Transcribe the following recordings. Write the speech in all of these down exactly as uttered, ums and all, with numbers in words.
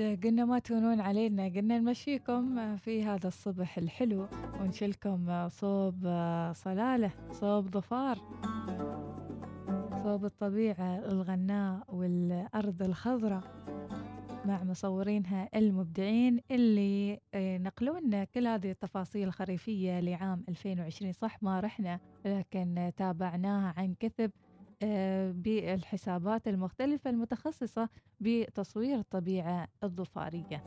قلنا ما تهونون علينا، قلنا نمشيكم في هذا الصبح الحلو ونشيلكم صوب صلالة، صوب ظفار، صوب الطبيعة الغناء والأرض الخضراء مع مصورينها المبدعين اللي نقلوا لنا كل هذه التفاصيل الخريفية لعام ألفين وعشرين. صح ما رحنا لكن تابعناها عن كثب بالحسابات المختلفة المتخصصة بتصوير الطبيعة الظفارية.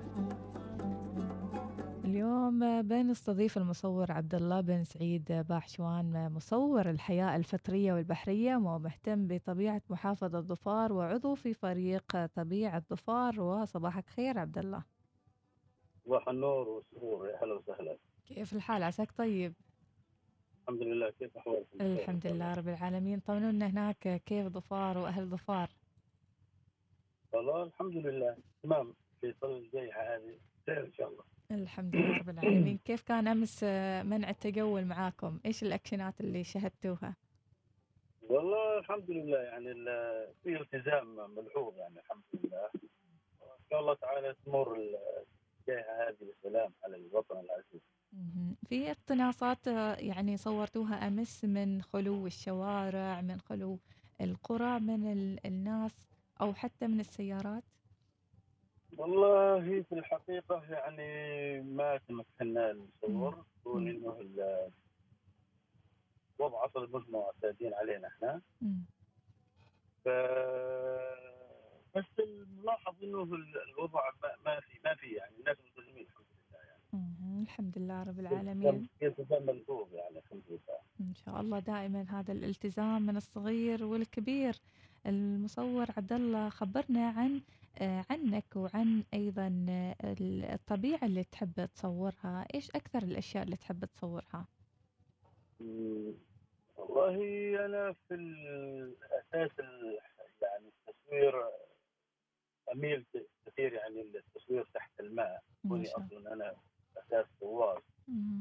اليوم بنستضيف المصور عبد الله بن سعيد باحشوان، مصور الحياة الفطرية والبحرية ومهتم بطبيعة محافظة ظفار وعضو في فريق طبيعة ظفار. وصباحك خير عبد الله. صباح النور والسرور، يا هلا وسهلا. كيف الحال؟ عساك طيب؟ الحمد لله، كيف احوالكم؟ بخير ان الحمد شاء الله. لله رب العالمين. طمنونا هناك كيف ظفار واهل ظفار؟ والله الحمد لله تمام، في ظل الجائحة هذه خير ان شاء الله. الحمد لله رب العالمين. كيف كان امس منع التجول معاكم؟ ايش الاكشنات اللي شهدتوها؟ والله الحمد لله، يعني ال- في التزام ملحوظ، يعني الحمد لله. وان شاء الله تعالى تمر الجائحة هذه بسلام على الوطن العزيز. مهم. في اقتناصات آه، يعني صورتوها أمس من خلو الشوارع، من خلو القرى من ال- الناس أو حتى من السيارات؟ والله في الحقيقة يعني ما تمكنا مم. نصور، كون مم. انه ال- وضع اصل المجموعة معتادين علينا احنا. مم. ف بس الملاحظ انه ال- الوضع ما ما في ما في يعني الناس ملتزمين الحمد لله، يعني مهم. الحمد لله رب في التزام العالمين. في التزام ملحوظ يعني الحمد لله. إن شاء الله دائما هذا الالتزام من الصغير والكبير. المصور عبد الله، خبرنا عن آه، عنك وعن أيضا آه، ال- الطبيعة اللي تحب تصورها. إيش أكثر الأشياء اللي تحب تصورها؟ مم، والله انا في الاساس ال- يعني التصوير اميل ك- كثير يعني للتصوير تحت الماء، ما كوني شاء الله. اصلا انا اساس غواص. مم.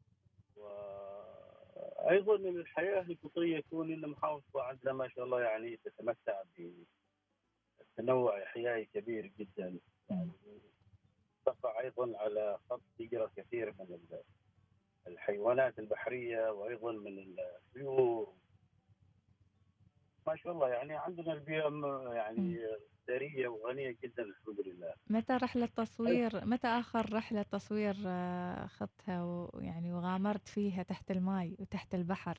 وايضا الحياه القطريه، كوني ان المحافظه عندنا ما شاء الله يعني تتمتع بتنوع احيائي كبير جدا، مم. يعني تقع أيضا على خط هجرة كثير من ال- الحيوانات البحرية وأيضا من الطيور. ما شاء الله يعني عندنا البيئة م- مم. يعني ثرية وغنية جدا الحمد لله. متى رحلة تصوير متى آخر رحلة تصوير آه، خضتها ويعني وغامرت فيها تحت الماء وتحت البحر؟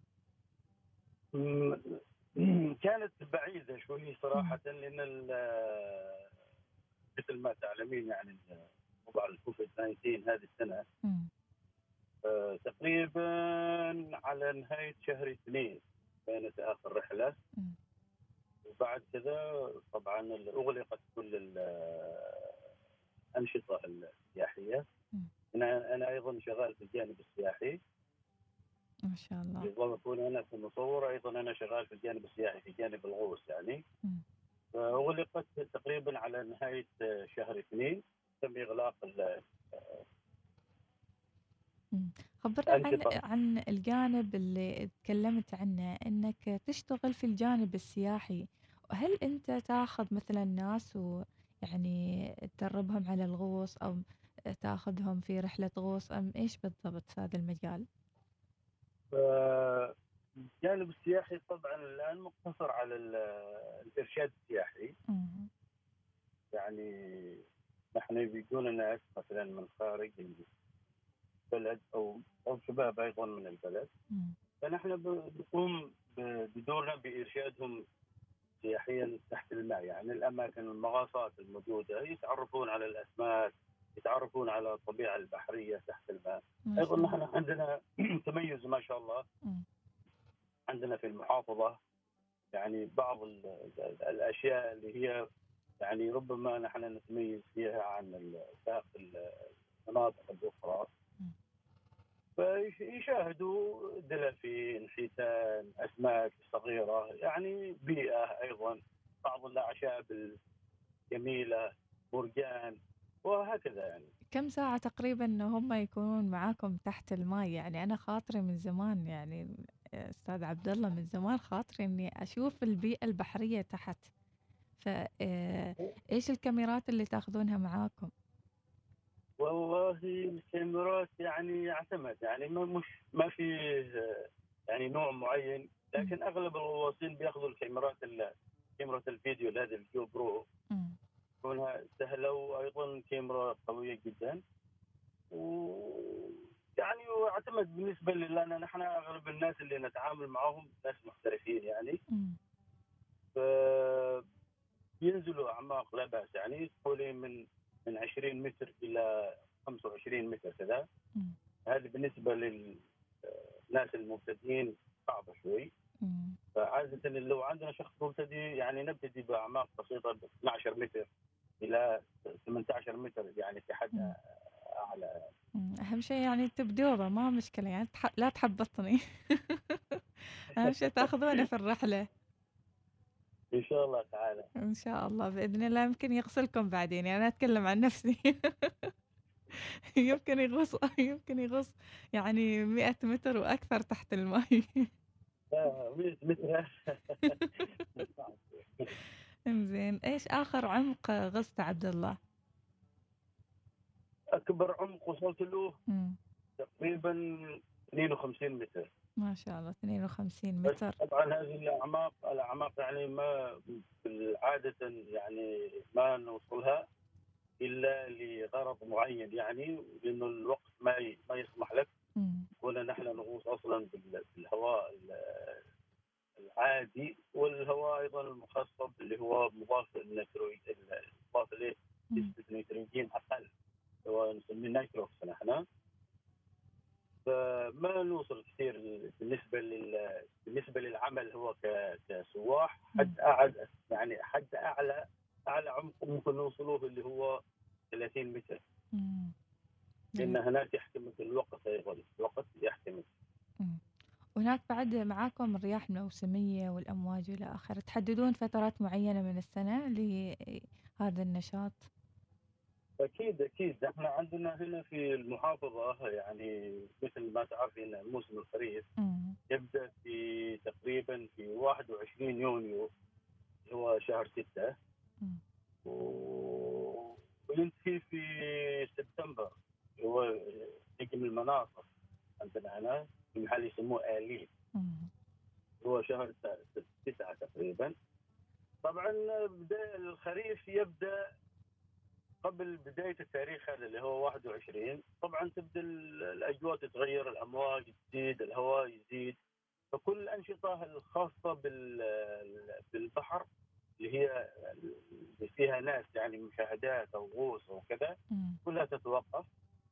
م- كانت بعيدة شوي مم. صراحة، لأن ال- مثل ما تعلمين يعني وضع الكوفيد تسعة عشر هذه السنة، مم. آه، تقريبا على نهاية شهر اثنين كانت آخر رحلة. مم. وبعد كذا طبعا اغلقت كل الانشطه السياحيه. مم. انا انا ايضا شغال في الجانب السياحي، ما شاء الله. بالاضافه كون انا في مصور، ايضا انا شغال في الجانب السياحي في جانب الغوص يعني. مم. فاغلقت تقريبا على نهايه شهر اثنين، تم اغلاق مم. خبرنا عن الانشطه. عن الجانب اللي تكلمت عنه انك تشتغل في الجانب السياحي. هل انت تاخذ مثلا ناس ويعني تدربهم على الغوص او تاخذهم في رحلة غوص ام ايش بالضبط في هذا المجال؟ فالجانب السياحي طبعا الان مقتصر على ال- الارشاد السياحي. مم. يعني نحن بيجونا ناس مثلا من خارج البلد او او شباب ايضا من البلد، مم. فنحن ب- بنقوم ب- بدورنا بارشادهم سياحيا تحت الماء، يعني الاماكن المغاصات الموجوده، يتعرفون على الاسماك، يتعرفون على الطبيعه البحريه تحت الماء. ما ايضا شاء الله. نحن عندنا تميز ما شاء الله مم. عندنا في المحافظه، يعني بعض ال- ال- الاشياء اللي هي يعني ربما نحن نتميز فيها عن ال- باقي المناطق الاخرى. مم. فيشاهدوا دلافين، حيتان، اسماك صغيره، يعني بيئه ايضا، بعض الاعشاب الجميله، مرجان، وهكذا يعني. كم ساعة تقريبا إن هم يكونون معاكم تحت الماء؟ يعني أنا خاطري من زمان، يعني أستاذ عبد الله، من زمان خاطري إني أشوف البيئة البحرية تحت. فإيش الكاميرات اللي تاخذونها معاكم؟ والله الكاميرات يعني يعتمد، يعني ما مش ما في آه، يعني نوع معين، مم. لكن اغلب الغواصين بياخذوا الكاميرات ال- كاميرا الفيديو هذه الجو برو، مم. كونها سهله وايضا كاميرا قويه جدا. و يعني واعتمد بالنسبه لنا نحن اغلب الناس اللي نتعامل معهم ناس محترفين يعني، مم. بينزلوا اعماق لا باس، يعني حوالي من من عشرين متر الى خمسة وعشرين متر كذا. مم. هذه بالنسبه للناس المبتدئين صعبه شوي. مم. فعاده لو عندنا شخص مبتدئ يعني نبتدي باعماق بسيطه ب اثنا عشر متر الى ثمانية عشر متر يعني في حد مم. اعلى. مم. أهم شيء يعني تبدوره، ما مشكلة يعني تح... لا تحبطني. أهم شيء تاخذونه في الرحلة. ان شاء الله تعالى. إن شاء الله بإذن الله. يمكن يغسلكم بعدين، يعني أنا أتكلم عن نفسي. يمكن يغوص يمكن يغوص يعني مئة متر وأكثر تحت الماء. لا مية متر. إنزين، إيش آخر عمق غصت عبد الله؟ اكبر عمق وصلت له مم. تقريبا اثنين وخمسين متر. ما شاء الله اثنين وخمسين بس متر. طبعا هذه الاعماق الاعماق يعني ما عاده يعني ما نوصلها الا لغرض معين، يعني لانه الوقت ما ي- ما يسمح لك. مم. كنا نحن نغوص اصلا بال- بالهواء ال- العادي، والهواء ايضا المخصب اللي هو مضاف النيتروجين، مضاف اليه مم. نسبه نيتروجين اقل، هو نسميه نيتروكس نحن. فما نوصل كثير بالنسبه لل بالنسبه للعمل، هو ك- كسواح مم. حد اعلى، يعني حد اعلى اعلى عمق ممكن نوصله اللي هو ثلاثين متر. مم. لان يعني- هناك يحتمل الوقت ايضا، الوقت يحتمل. مم. وهناك بعد معاكم الرياح الموسمية والأمواج إلى آخره، تحددون فترات معينة من السنة لهذا النشاط؟ اكيد اكيد احنا عندنا هنا في المحافظه يعني مثل ما تعرفين موسم الخريف مم. يبدا في تقريبا في واحد وعشرين يونيو، هو شهر ستة، مم. و- وينتهي في سبتمبر، هو نجم المناصف عندنا هنا في محل يسموه آليل، مم. هو شهر ت- تسعة تقريبا. طبعا بداية الخريف يبدأ قبل بداية التاريخ هذا اللي هو واحد وعشرين. طبعا تبدأ ال- الأجواء تتغير، الأمواج تزيد، الهواء يزيد. فكل الأنشطة الخاصة بال- بالبحر اللي هي اللي فيها ناس يعني مشاهدات او غوص او كذا مم. كلها تتوقف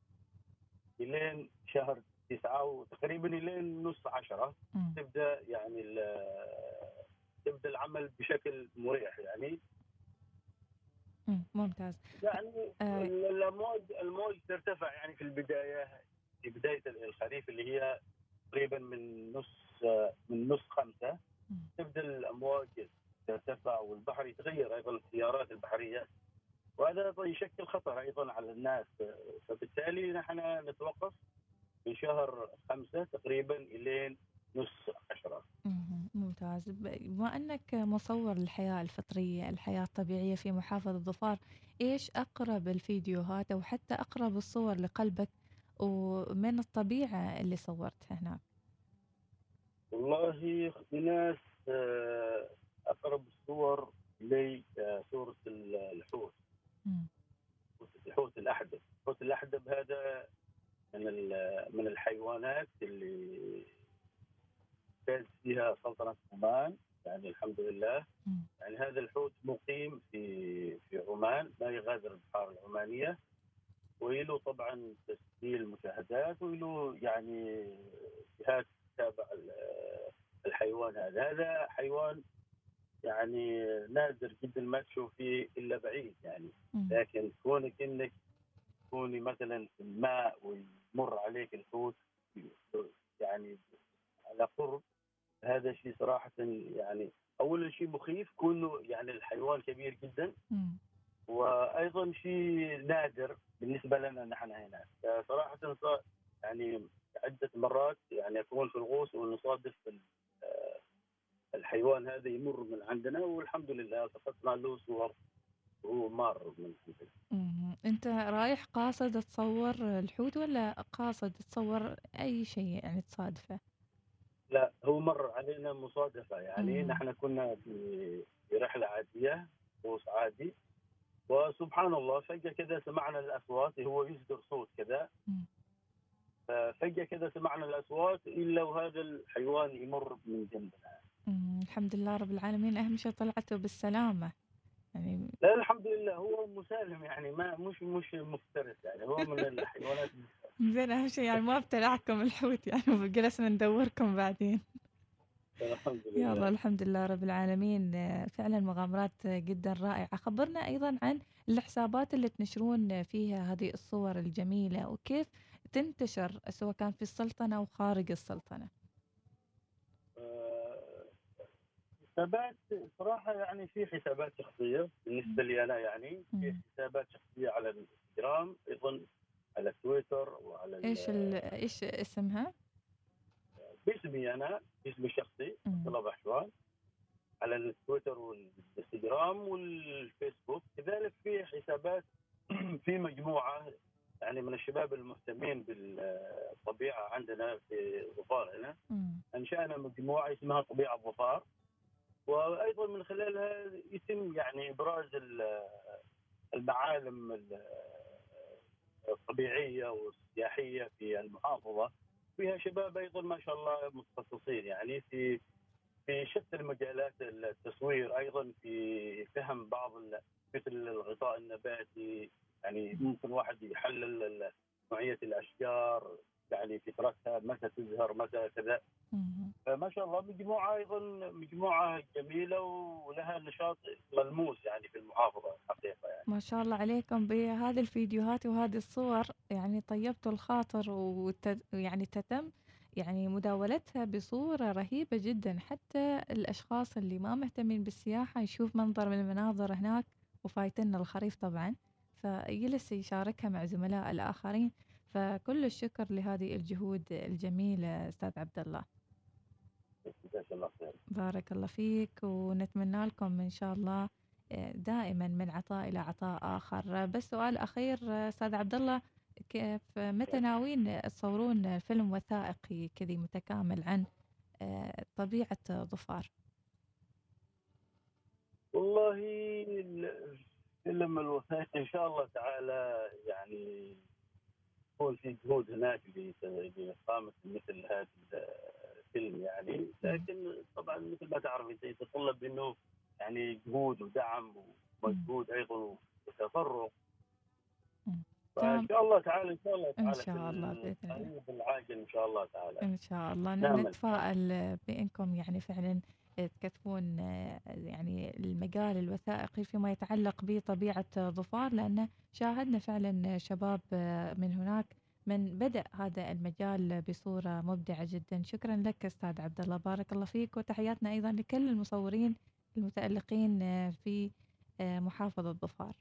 الين شهر تسعة وتقريبا الين نص عشرة. مم. تبدا يعني ال- تبدا العمل بشكل مريح يعني. مم. ممتاز. يعني آه. الامواج الموج ترتفع يعني في البدايه، في بدايه الخريف اللي هي تقريبا من نص من نص خمسه مم. تبدا الامواج ترتفع والبحر يتغير، ايضا التيارات البحريه، وهذا يشكل خطر ايضا على الناس. فبالتالي نحن نتوقف من شهر خمسة تقريبا الين نص عشرة. مم. ممتاز. ب- بما أنك مصور الحياة الفطرية، الحياة الطبيعية في محافظة ظفار، إيش أقرب الفيديوهات أو حتى أقرب الصور لقلبك ومن الطبيعة اللي صورتها هناك؟ والله ناس آه، اقرب الصور لي آه، صوره الحوت، مم. الحوت الاحدب. الحوت الاحدب هذا من ال- من الحيوانات اللي كانت فيها سلطنه عمان، يعني الحمد لله. مم. يعني هذا الحوت مقيم في في عمان، ما يغادر البحار العمانيه، وله طبعا تسجيل مشاهدات، وله يعني جهات تتابع ال- الحيوان هذا. هذا حيوان يعني نادر جدا ما تشوف فيه الا بعيد يعني. مم. لكن كونك انك تكوني مثلا في الماء ويمر عليك الحوت يعني على قرب، هذا شيء صراحه يعني اول شيء مخيف، كونه يعني الحيوان كبير جدا، مم. وايضا شيء نادر بالنسبه لنا نحن هنا. صراحه صار يعني عده مرات يعني اكون في الغوص ونصادف الحيوان هذا يمر من عندنا، والحمد لله سقطنا له صور وهو مار من عندنا. مم. انت رايح قاصد تصور الحوت ولا قاصد تصور اي شيء يعني تصادفه؟ لا، هو مر علينا مصادفة، يعني مم. نحن كنا في في رحلة عادية، غوص عادي، وسبحان الله فجأة كذا سمعنا الأصوات، هو يصدر صوت كذا، مم. ففجأة كذا سمعنا الأصوات إلا وهذا الحيوان يمر من جنبنا. مم. الحمد لله رب العالمين، اهم شيء طلعته بالسلامة يعني. لا الحمد لله هو مسالم، يعني ما مش مش مفترس، يعني هو من الحيوانات. زين، اهم شيء يعني ما ابتلعكم الحوت يعني وجلسنا ندوركم بعدين. الحمد يلا لله. الحمد لله رب العالمين. آه، فعلا مغامرات آه، جدا رائعة. خبرنا أيضا عن الحسابات اللي تنشرون فيها هذه الصور الجميلة، وكيف تنتشر سواء كان في السلطنة أو خارج السلطنة. آه، حسابات صراحة، يعني في حسابات شخصية بالنسبة لي أنا، يعني في مم. حسابات شخصية على الانستغرام، أيضا على تويتر وعلى إيش ال... ال- إيش اسمها؟ باسمي أنا، باسمي الشخصي عبد مم. الله بحشوان، على التويتر والانستغرام والفيسبوك. كذلك في حسابات في مجموعة يعني من الشباب المهتمين بالطبيعة عندنا في ظفار هنا، مم. أنشأنا مجموعة اسمها طبيعة ظفار، وأيضا من خلالها يتم يعني إبراز ال- المعالم ال- الطبيعية والسياحية في المحافظة. فيها شباب أيضا ما شاء الله متخصصين يعني في في شتى المجالات، التصوير ايضا في فهم بعض ال- مثل الغطاء النباتي، يعني ممكن واحد يحلل ال- نوعيه الاشجار، يعني فترتها متى تزهر متى كذا. مم. فما شاء الله مجموعه ايضا مجموعه جميله ولها نشاط ملموس يعني في المحافظه الحقيقه يعني. ما شاء الله عليكم بهذه الفيديوهات وهذه الصور، يعني طيبتوا الخاطر وت... يعني تتم يعني مداولتها بصورة رهيبة جدا، حتى الأشخاص اللي ما مهتمين بالسياحة يشوف منظر من المناظر هناك، وفايتنا الخريف طبعا، فيجلس يشاركها مع زملاء الآخرين. فكل الشكر لهذه الجهود الجميلة أستاذ عبد الله. جزاك الله خير. بارك الله فيك، ونتمنى لكم إن شاء الله آه، دائما من عطاء إلى عطاء آخر. بس سؤال أخير آه، أستاذ عبد الله، كيف متى ناويين تصورون فيلم وثائقي كذي متكامل عن آه، طبيعة ظفار؟ والله الفيلم الوثائقي ان شاء الله تعالى يعني يكون في جهود هناك لإقامة مثل هذا الفيلم يعني، مم. لكن طبعا مثل ما تعرف انت يتطلب انه يعني جهود ودعم مم. ومجهود ايضا وتفرغ. مم. فان تمام. شاء الله تعالى ان شاء الله إن تعالى في شاء الله بإذن الله. القريب العاجل ان شاء الله تعالى إن شاء الله نعمل. نتفائل بأنكم يعني فعلا تكتبون آه، يعني المجال الوثائقي فيما يتعلق بطبيعة ظفار، لأن شاهدنا فعلا شباب آه، من هناك من بدأ هذا المجال بصورة مبدعة جدا. شكرا لك أستاذ عبد الله، بارك الله فيك، وتحياتنا أيضا لكل المصورين المتألقين آه، في آه، محافظة ظفار.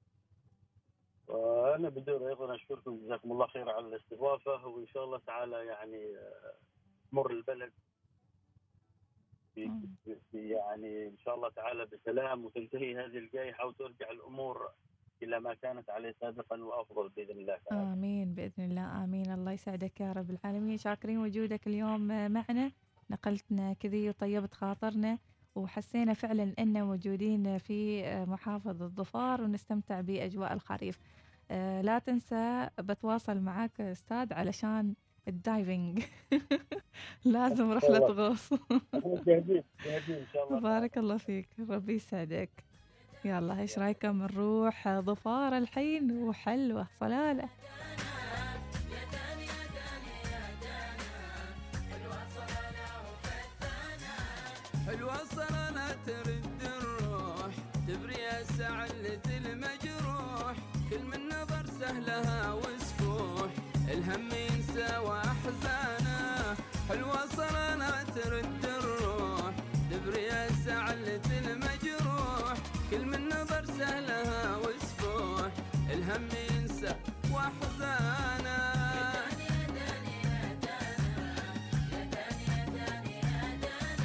وانا بدور ايضا اشكركم، جزاكم الله خير على الاستضافه، وان شاء الله تعالى يعني تمر البلد في مم. في- يعني ان شاء الله تعالى بسلام، وتنتهي هذه الجائحه وترجع الامور الى ما كانت عليه سابقا وافضل باذن الله تعالى. آمين بإذن الله، آمين. الله يسعدك يا رب العالمين. شاكرين وجودك اليوم معنا، نقلتنا كذي وطيبت خاطرنا، وحسينا فعلا أن موجودين في محافظة ظفار ونستمتع بأجواء الخريف. آه، لا تنسى بتواصل معك أستاذ علشان الدايفنج. لازم ان شاء رحلة الله غوص. احنا جاهزين جاهزين ان شاء الله تعالى. بارك الله فيك، ربي يسعدك. يلا ايش رايكم نروح ظفار الحين وحلوة صلالة. حلوة الصلاة ترد الروح، تبري سعلة المجروح، كل من نظر سهلها وسفوح الهم